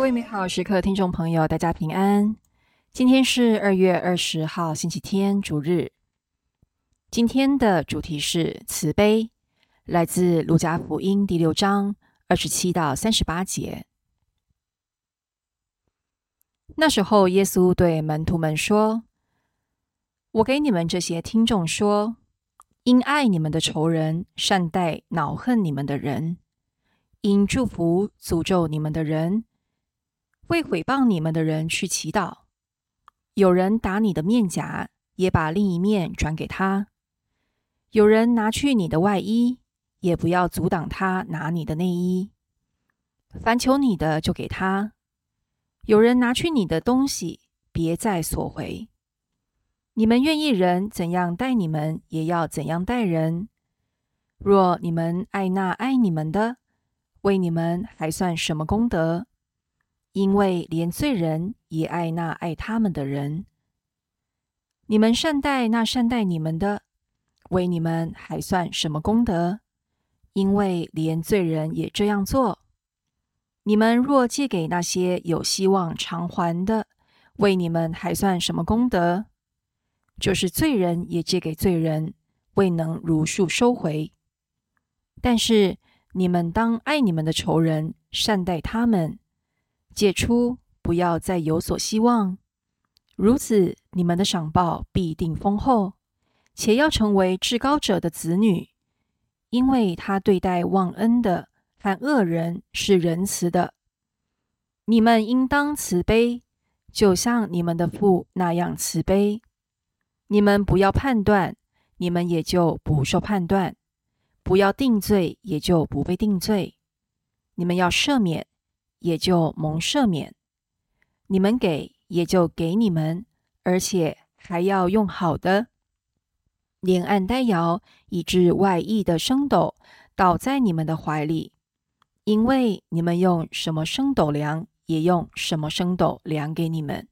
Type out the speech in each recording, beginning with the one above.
位美好时刻听众朋友，大家平安。今天是2月20号星期天，主日。今天的主题是慈悲，来自路加福音第6章27到38节。那时候，耶稣对门徒们说：“我给你们这些听众说，因爱你们的仇人，善待恼恨你们的人，因祝福诅咒你们的人，为毁谤你们的人去祈祷。有人打你的面颊，也把另一面转给他；有人拿去你的外衣，也不要阻挡他拿你的内衣。凡求你的，就给他。有人拿去你的东西，别再索回。你们愿意人怎样待你们，也要怎样待人。若你们爱那爱你们的，为你们还算什么功德？因为连罪人也爱那爱他们的人。你们善待那善待你们的，为你们还算什么功德？因为连罪人也这样做。你们若借给那些有希望偿还的，为你们还算什么功德？就是罪人也借给罪人，未能如数收回。但是你们当爱你们的仇人，善待他们，解出不要再有所希望。如此，你们的赏报必定丰厚，且要成为至高者的子女，因为他对待忘恩的和恶人是仁慈的。你们应当慈悲，就像你们的父那样慈悲。你们不要判断，你们也就不受判断；不要定罪，也就不被定罪。你们要赦免，也就蒙赦免。你们给，也就给你们，而且还要用好的，连按带摇，以致外溢的升斗倒在你们的怀里。因为你们用什么升斗量，也用什么升斗量给你们。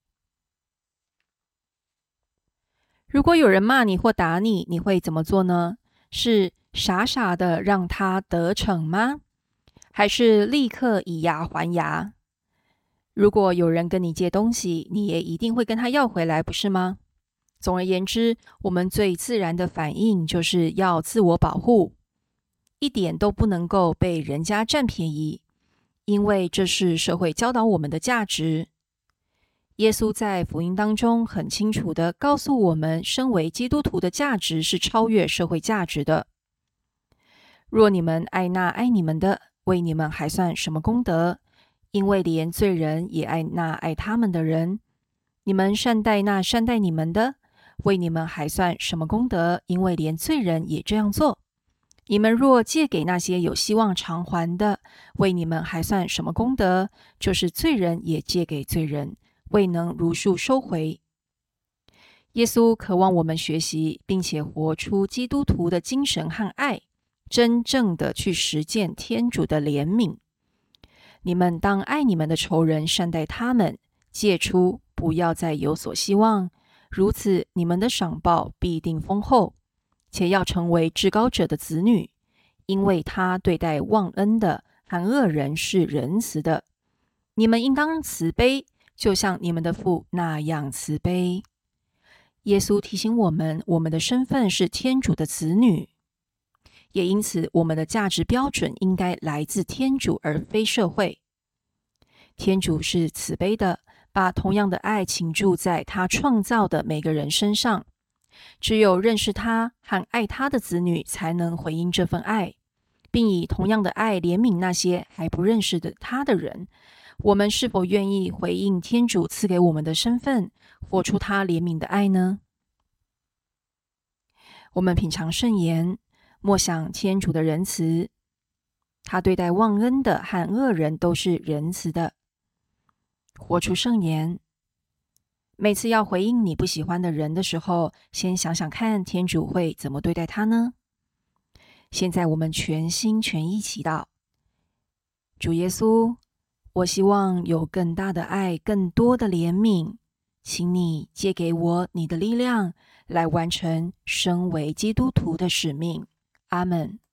如果有人骂你或打你，你会怎么做呢？是傻傻的让他得逞吗？还是立刻以牙还牙？如果有人跟你借东西，你也一定会跟他要回来，不是吗？总而言之，我们最自然的反应就是要自我保护，一点都不能够被人家占便宜，因为这是社会教导我们的价值。耶稣在福音当中很清楚地告诉我们，身为基督徒的价值是超越社会价值的。若你们爱那爱你们的，为你们还算什么功德？因为连罪人也爱那爱他们的人。你们善待那善待你们的，为你们还算什么功德？因为连罪人也这样做。你们若借给那些有希望偿还的，为你们还算什么功德？就是罪人也借给罪人，未能如数收回。耶稣渴望我们学习，并且活出基督徒的精神和爱，真正的去实践天主的怜悯。你们当爱你们的仇人，善待他们，戒出不要再有所希望。如此，你们的赏报必定丰厚，且要成为至高者的子女，因为他对待忘恩的和恶人是仁慈的。你们应当慈悲，就像你们的父那样慈悲。耶稣提醒我们，我们的身份是天主的子女，也因此我们的价值标准应该来自天主，而非社会。天主是慈悲的，把同样的爱倾注在他创造的每个人身上。只有认识他和爱他的子女，才能回应这份爱，并以同样的爱怜悯那些还不认识的他的人。我们是否愿意回应天主赐给我们的身份，活出他怜悯的爱呢？我们品尝圣言，默想天主的仁慈，他对待忘恩的和恶人都是仁慈的。活出圣言，每次要回应你不喜欢的人的时候，先想想看天主会怎么对待他呢？现在我们全心全意祈祷，主耶稣，我希望有更大的爱，更多的怜悯，请你借给我你的力量，来完成身为基督徒的使命。阿们。